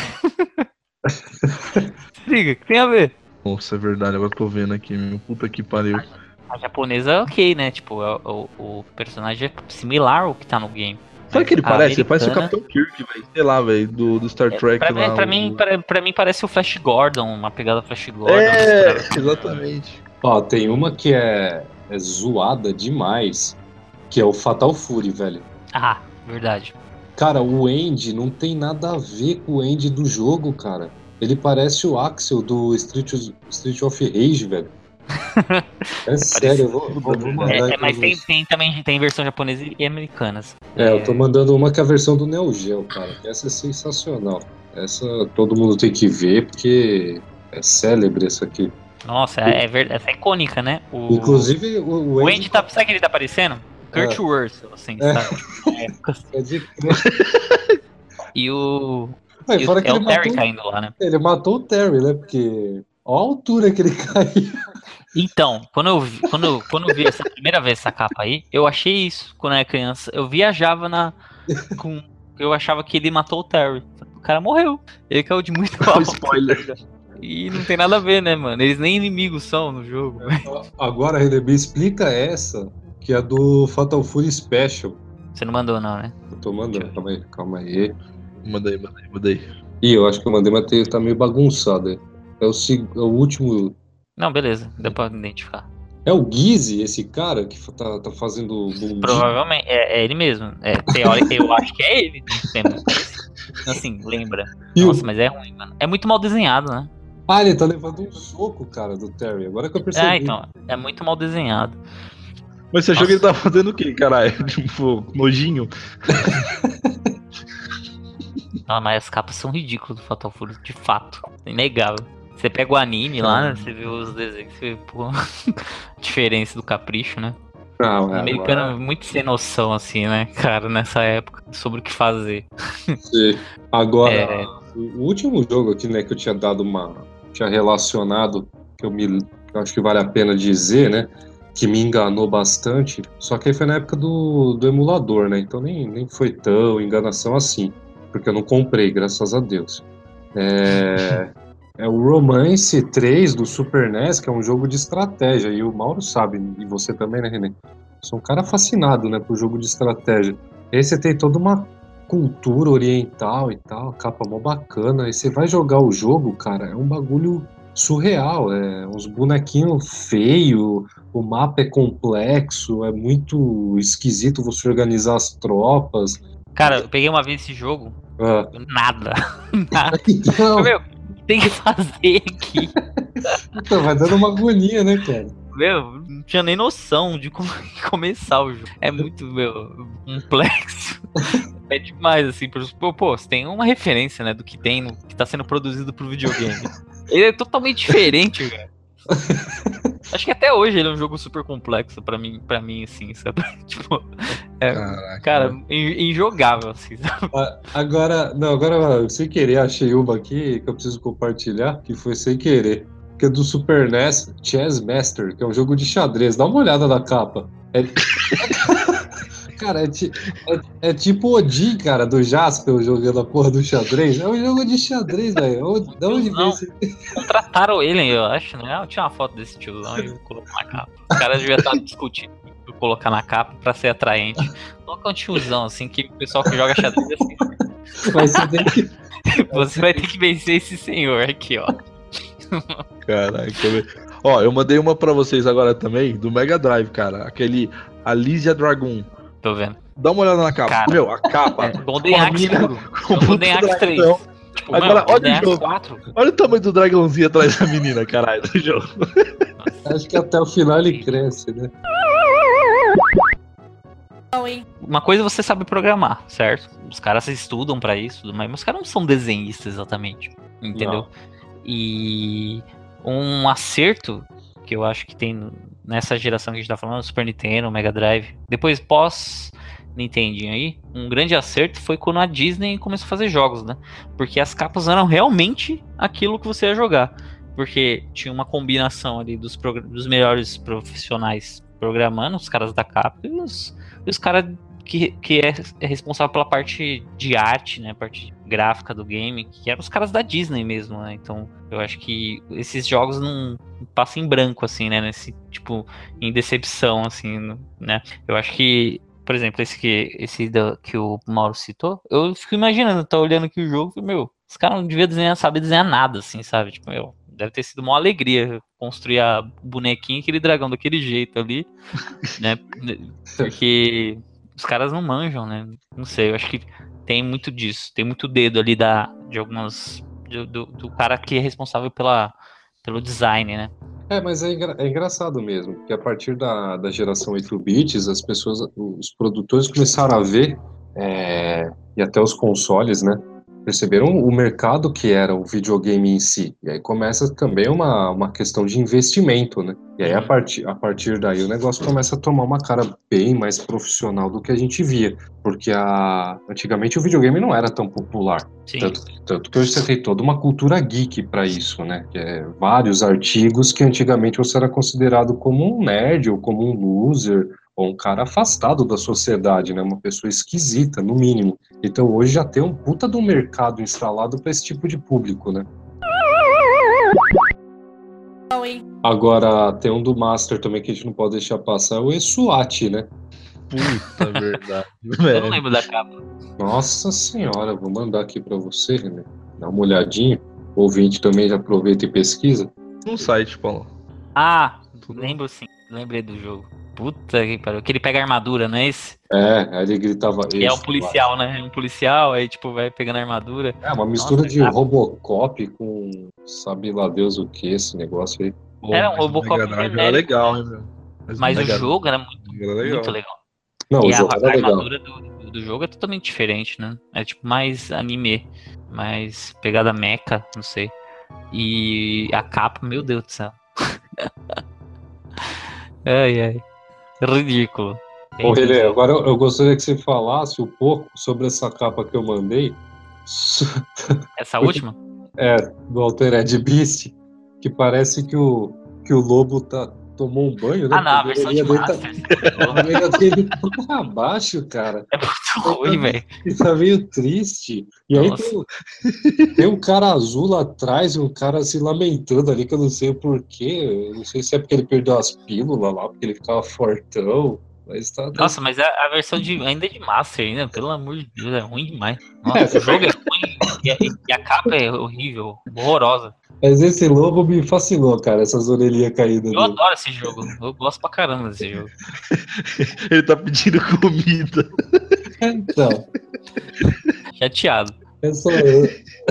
Se liga, que tem a ver?
Nossa, é verdade. Agora tô vendo aqui, meu. Puta que pariu.
A japonesa é ok, né? Tipo, é- o, o personagem é similar ao que tá no game.
Sabe o que ele
A
parece? Ele parece o
americana-
Capitão Kirk, velho. Sei lá, velho. Do, do Star Trek
Pra,
lá.
pra,
o-
mim, pra, pra mim parece o Flash Gordon, uma pegada Flash Gordon.
É,
Tipo,
exatamente.
Ó, tem uma que é, é zoada demais, que é o Fatal Fury, velho.
Ah, verdade.
Cara, o Andy não tem nada a ver com o Andy do jogo, cara. Ele parece o Axel do Street, Street of Rage, velho. É sério, eu vou, vou, vou mandar
É,
aí
é,
pra
mas tem,
vocês.
tem também tem versão japonesa e americanas.
É, eu tô mandando uma que é a versão do Neo Geo, cara. que Essa é sensacional. Essa todo mundo tem que ver, porque é célebre essa aqui.
Nossa, é, é verdade. Essa é icônica, né? O,
Inclusive, o, o
o
Andy
Andy tá. Sabe que ele tá aparecendo? Kurt
É.
Russell, assim,
É.
sabe?
é de crer.
E o.
Mas
e o-
fora que
é
ele
o Terry
matou,
caindo lá, né?
ele matou o Terry, né? Porque olha a altura que ele caiu.
Então, quando eu, vi, quando, eu- quando eu vi essa primeira vez essa capa aí, eu achei isso quando eu era criança. Eu viajava na. Com, eu achava que ele matou o Terry. O cara morreu. Ele caiu de muito alto.
Spoiler.
E não tem nada a ver, né, mano? Eles nem inimigos são no jogo. velho.
Agora, René, me explica essa, que é do Fatal Fury Special.
Você não mandou, não, né?
Eu tô mandando, calma aí, calma aí.
Manda aí, manda aí, manda aí.
Ih, eu acho que eu mandei, mas tem- tá meio bagunçado. É, é, o, seg- é o último.
Não, beleza. Deu pra identificar.
É o Gizzy, esse cara que tá, tá fazendo bundinha?
Provavelmente. É, é ele mesmo. É, teórica, eu acho que é ele. É muito parecido. Assim, lembra.
E o-
Nossa, mas é ruim, mano. É muito mal desenhado, né?
Ah, ele tá levando um soco, cara, do Terry. Agora que eu percebi.
Ah, então. É muito mal desenhado.
Mas você achou que ele
Nossa.
tá fazendo o quê, caralho? Tipo, nojinho?
Ah, mas as capas são ridículas do Fatal Fury, de fato. É inegável. Você pega o anime lá, né? Você vê os desenhos, você vê, pô, a diferença do capricho, né?
Ah,
O americano é muito sem noção, assim, né, cara, nessa época, sobre o que fazer.
Sim. Agora,
É.
o último jogo aqui, né, que eu tinha dado uma. Tinha relacionado, que eu me. Que eu acho que vale a pena dizer, né? Que me enganou bastante. Só que aí foi na época do, do emulador, né? Então nem, nem foi tão enganação assim. Porque eu não comprei, graças a Deus. É. É o Romance três do Super N E S, que é um jogo de estratégia. E o Mauro sabe, e você também, né, René? Sou um cara fascinado, né, por jogo de estratégia. Aí você tem toda uma cultura oriental e tal, capa mó bacana. Aí você vai jogar o jogo, cara, é um bagulho surreal. É uns bonequinhos feios, o mapa é complexo, é muito esquisito você organizar as tropas.
Cara, eu peguei uma vez esse jogo,
Ah,
nada. Nada.
então,
Meu, tem que fazer aqui.
então, vai dando uma agonia, né, cara?
Meu, não tinha nem noção de como começar o jogo. É muito, meu, complexo. É demais, assim. Pros, pô, pô, você tem uma referência, né, do que tem, no, que tá sendo produzido pro videogame. Ele é totalmente diferente, velho. Acho que até hoje ele é um jogo super complexo pra mim, pra mim assim, sabe? Tipo, é,
Caraca,
cara, in- injogável, assim, sabe?
Ah, Agora, não, agora, sem querer, achei uma aqui que eu preciso compartilhar, que foi sem querer. Que é do Super N E S, Chess Master, que é um jogo de xadrez. Dá uma olhada na capa. É... Cara, é, ti- é- é tipo Odin, cara, do Jaspel jogando a porra do xadrez. É um jogo de xadrez, velho. Onde- Da onde vem
Tiozão.
esse...
Contrataram ele, eu acho, né? Eu tinha uma foto desse tiozão e colocou na capa. Os caras deviam estar discutindo o que colocar na capa pra ser atraente. Coloca um tiozão, assim, que o pessoal que joga xadrez assim.
Mas você tem que...
Você vai ter que vencer esse senhor aqui, ó.
Caraca, velho. Ó, eu mandei uma pra vocês agora também, do Mega Drive, cara. Aquele Alysia Dragon.
Tô vendo.
Dá uma olhada na capa.
Cara,
Meu, a capa.
É, Golden
com a
Axe
mina
puro.
com
É o Golden
puta
Axe três.
dragão.
Tipo,
Agora,
mano,
olha
Golden
o
Axe
jogo.
quatro.
Olha o tamanho do dragãozinho atrás da menina, caralho, do jogo.
Acho que até o final ele cresce, né?
Uma coisa você sabe programar, certo? Os caras estudam pra isso, mas os caras não são desenhistas exatamente, entendeu?
Não.
E um acerto que eu acho que tem nessa geração que a gente tá falando, Super Nintendo, Mega Drive, depois pós Nintendinho aí, um grande acerto foi quando a Disney começou a fazer jogos, né? Porque as capas eram realmente aquilo que você ia jogar. Porque tinha uma combinação ali dos, dos melhores profissionais programando, os caras da capa e os, e os caras que, que é, é responsável pela parte de arte, né? Parte gráfica do game, que eram os caras da Disney mesmo, né? Então eu acho que esses jogos não passam em branco, assim, né? Nesse, tipo, em decepção, assim, né? Eu acho que, por exemplo, esse que, esse da, que o Mauro citou, eu fico imaginando, tá olhando aqui o jogo e, meu, os caras não deviam desenhar, saber desenhar nada, assim, sabe? Tipo, meu, deve ter sido uma alegria construir a bonequinha, aquele dragão daquele jeito ali, né? Porque os caras não manjam, né? Não sei, eu acho que tem muito disso, tem muito dedo ali da, de algumas. Do, do, do cara que é responsável pela, pelo design, né?
É, mas é, engra- é engraçado mesmo, porque a partir da, da geração oito bits, as pessoas, os produtores começaram a ver, é, e até os consoles, né, perceberam o mercado que era o videogame em si. E aí começa também uma, uma questão de investimento, né? E aí a partir, a partir daí o negócio começa a tomar uma cara bem mais profissional do que a gente via. Porque a, antigamente o videogame não era tão popular.
Sim.
Tanto, tanto que hoje você tem toda uma cultura geek para isso, né? Que é vários artigos que antigamente você era considerado como um nerd ou como um loser ou um cara afastado da sociedade, né? Uma pessoa esquisita, no mínimo. Então hoje já tem um puta de um mercado instalado para esse tipo de público, né? Agora tem um do Master também que a gente não pode deixar passar, é o E-SWAT, né?
Puta verdade.
Eu não lembro da capa.
Nossa senhora, vou mandar aqui para você, né? Dá uma olhadinha. O ouvinte também já aproveita e pesquisa.
No site, Paulo.
Ah,
Tudo.
lembro sim, lembrei do jogo. Puta que pariu. Que ele pega a armadura, não é esse?
É, aí ele gritava.
E é um
"E-SWAT".
policial, né? É um policial, aí tipo, vai pegando a armadura.
É uma mistura
Nossa,
de
cara.
Robocop com sabe lá Deus o que esse negócio aí.
Pô,
Era um
mas o
Robocop
Mega Drive era
genérico.
legal, hein, meu?
Mas
o
o
Mega
jogo era muito,
Drive era legal.
muito legal.
Não,
E
o
a,
jogo
a
era legal.
armadura do, do, do jogo é totalmente diferente, né? É tipo mais anime, mais pegada mecha, não sei. E a capa, meu Deus do céu. Ai, ai. Ridículo.
Ô, Relê, agora eu, eu gostaria que você falasse um pouco sobre essa capa que eu mandei.
Essa última?
É, do Altered Beast, que parece que o, que o lobo tá, tomou um banho, né?
Ah, não, a
Porque
versão
orelha
de
dele tá-
Master.
a orelha dele tá pra baixo, cara.
É muito ruim, velho.
Ele tá meio triste. E aí
Nossa.
tem, um- tem um cara azul lá atrás e um cara se lamentando ali, que eu não sei o porquê. Eu não sei se é porque ele perdeu as pílulas lá, porque ele ficava fortão. Mas tá. tá-
Nossa, mas a, a versão de, ainda é de Master ainda, pelo amor de Deus, é ruim demais.
É,
Nossa,
você
o jogo é ruim e a, e a capa é horrível, horrorosa.
Mas esse lobo me fascinou, cara, essas orelhinhas caídas
Eu
dele.
adoro esse jogo, eu gosto pra caramba desse jogo.
Ele tá pedindo comida.
Então,
Chateado.
é só eu.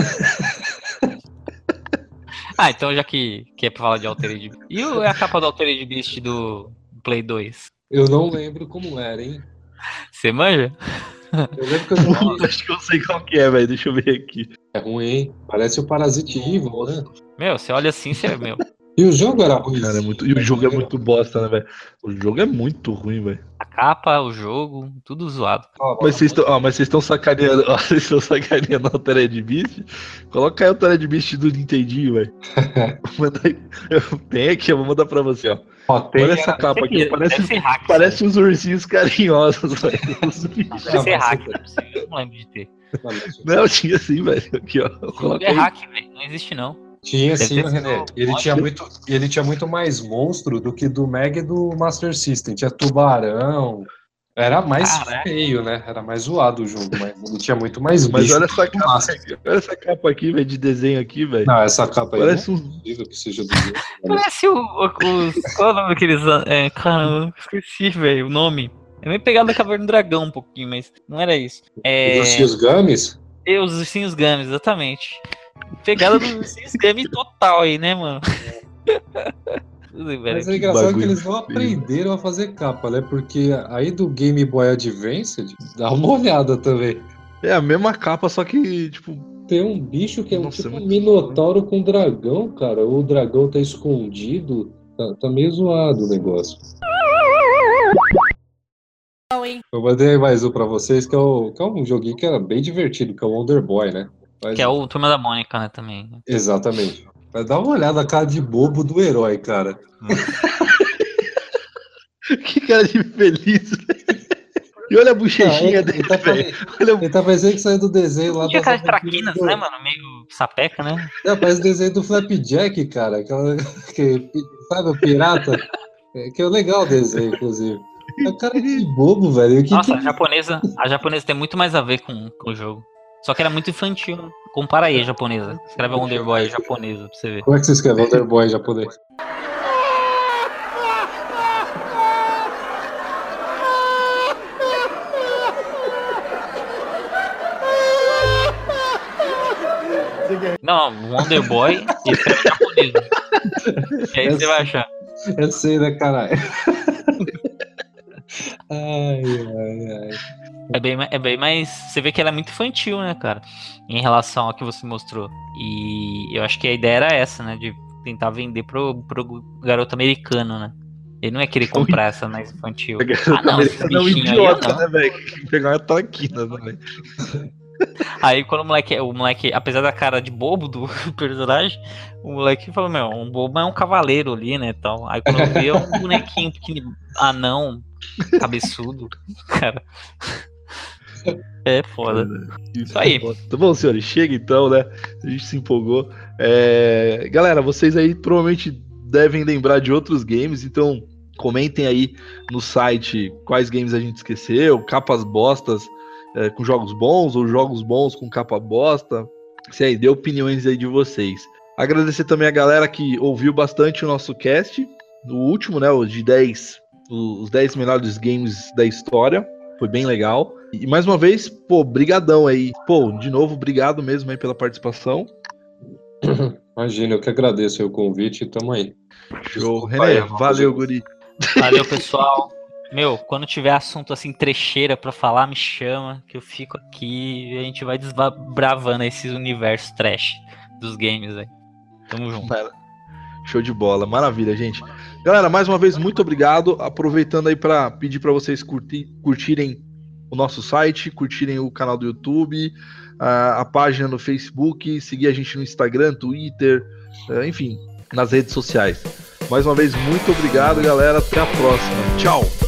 Ah, então já que, que é pra falar de Altered Beast. E o- a capa do Altered Beast do Play dois?
Eu não lembro como era, hein?
Você manja?
Eu lembro que eu joguei.
Acho que eu sei qual que é, velho. Deixa eu ver aqui.
É ruim, hein? Parece o Parasite Evil, né?
Meu, você olha assim, você, meu,
E o jogo era ruim.
Cara, é muito... E o jogo é muito bosta, né, velho? O jogo é muito ruim, velho.
A capa, o jogo, tudo zoado.
Mas vocês estão, ó, mas vocês estão sacaneando, ó, vocês estão sacaneando o Altered Beast? Coloca aí o Altered Beast do Nintendinho, velho. Manda aí. Tem aqui, eu vou mandar pra você, ó.
Ó, tem
Olha essa capa aqui,
Deve
parece,
ser hack,
parece uns ursinhos carinhosos, velho. Os bichos.
Deve ser
mas-
hack, não é possível, eu não lembro de ter.
Não, tinha assim, velho. Aqui, ó.
O jogo
Coloca
é
aí.
hack, velho. Não existe, não.
Tinha
Deve
sim,
ter
René.
sido
Ele
ótimo.
tinha, muito, ele tinha muito mais monstro do que do Mega e do Master System. Tinha tubarão. Era mais
Caraca.
feio, né? Era mais zoado o jogo, mas ele tinha muito mais bicho.
Mas olha essa
do
capa
Master.
aqui, olha essa capa aqui, velho, de desenho aqui, velho.
Não, essa capa aí
Parece
não
um.
é possível que seja do jogo.
Parece o, o, os. Qual é o nome daqueles. É, caramba, esqueci, velho, o nome. É meio pegado da Caverna do Dragão um pouquinho, mas não era isso. É.
Os Ursinhos Gummies?
E os ursinhos Gummies, exatamente. Pegada dos ursinhos Gummies total aí, né, mano? Tudo bem, velho.
Mas é engraçado
bagulho
que eles não
feio.
aprenderam a fazer capa, né? Porque aí do Game Boy Advance, dá uma olhada também.
É a mesma capa, só que, tipo.
Tem um bicho que é um
Nossa,
tipo
é
um
muito
minotauro com dragão, cara. O dragão tá escondido. Tá, tá meio zoado o negócio.
Não, hein?
Eu mandei mais um pra vocês, que é, o, que é um joguinho que era bem divertido, que é o Wonder Boy, né? Mas-
Que é o Turma da Mônica, né, também.
Exatamente. Mas dá uma olhada na cara de bobo do herói, cara.
Que cara de feliz, velho. E olha a bochechinha
Ah, ele,
dele,
ele tá,
velho.
pare-
Olha
ele tá parecendo que saiu do desenho lá
Tinha
das
aquelas
aventuras
traquinas,
do-
né, mano? Meio sapeca, né?
É, parece o desenho do Flapjack, cara. Aquela, que, sabe, o pirata? É, que é legal o desenho, inclusive. É cara de bobo, velho. Que,
Nossa,
que...
a japonesa, a japonesa tem muito mais a ver com, com o jogo. Só que era muito infantil. Né? Compara aí a japonesa. Escreve a Wonder Boy japonesa pra você ver.
Como é que você escreve Wonder Boy em japonês?
Não, Wonder Boy e escreve japonesa. E aí você vai achar.
Eu sei, né, caralho? Ai, ai, ai.
É bem, ma- é bem mais. Você vê que ela é muito infantil, né, cara? Em relação ao que você mostrou. E eu acho que a ideia era essa, né? De tentar vender pro, pro garoto americano, né? Ele não ia querer comprar essa mais infantil. Ah, não, esse
Americano é um
bichinho aí,
idiota,
não.
né, velho? Que pegar uma traquina, né, velho?
Aí quando o moleque, o moleque, apesar da cara de bobo do personagem, o moleque falou, meu, um bobo é um cavaleiro ali, né, tal. Aí quando eu vi é um bonequinho pequeno, anão, cabeçudo, cara. É foda. Isso aí.
Tá bom, senhores, chega então, né? A gente se empolgou. É, Galera, vocês aí provavelmente devem lembrar de outros games, então comentem aí no site quais games a gente esqueceu, capas bostas é, com jogos bons ou jogos bons com capa bosta. Se aí, dê opiniões aí de vocês. Agradecer também a galera que ouviu bastante o nosso cast, o último, né, o de dez, os dez melhores games da história. Foi bem legal. E mais uma vez, pô, brigadão aí. Pô, de novo, obrigado mesmo aí pela participação.
Imagina, eu que agradeço aí o convite e tamo aí.
Show.
Desculpa aí,
René,
vamos
valeu,
fazer-
guri.
Valeu, pessoal. Meu, quando tiver assunto assim, trecheira pra falar, me chama, que eu fico aqui e a gente vai desbravando esse universo trash dos games aí. Tamo junto.
Cara, show de bola, maravilha, gente. Galera, mais uma vez, muito obrigado. Aproveitando aí para pedir para vocês curtir, curtirem o nosso site, curtirem o canal do YouTube, a, a página no Facebook, seguir a gente no Instagram, Twitter, eh, enfim, nas redes sociais. Mais uma vez, muito obrigado, galera. Até a próxima. Tchau!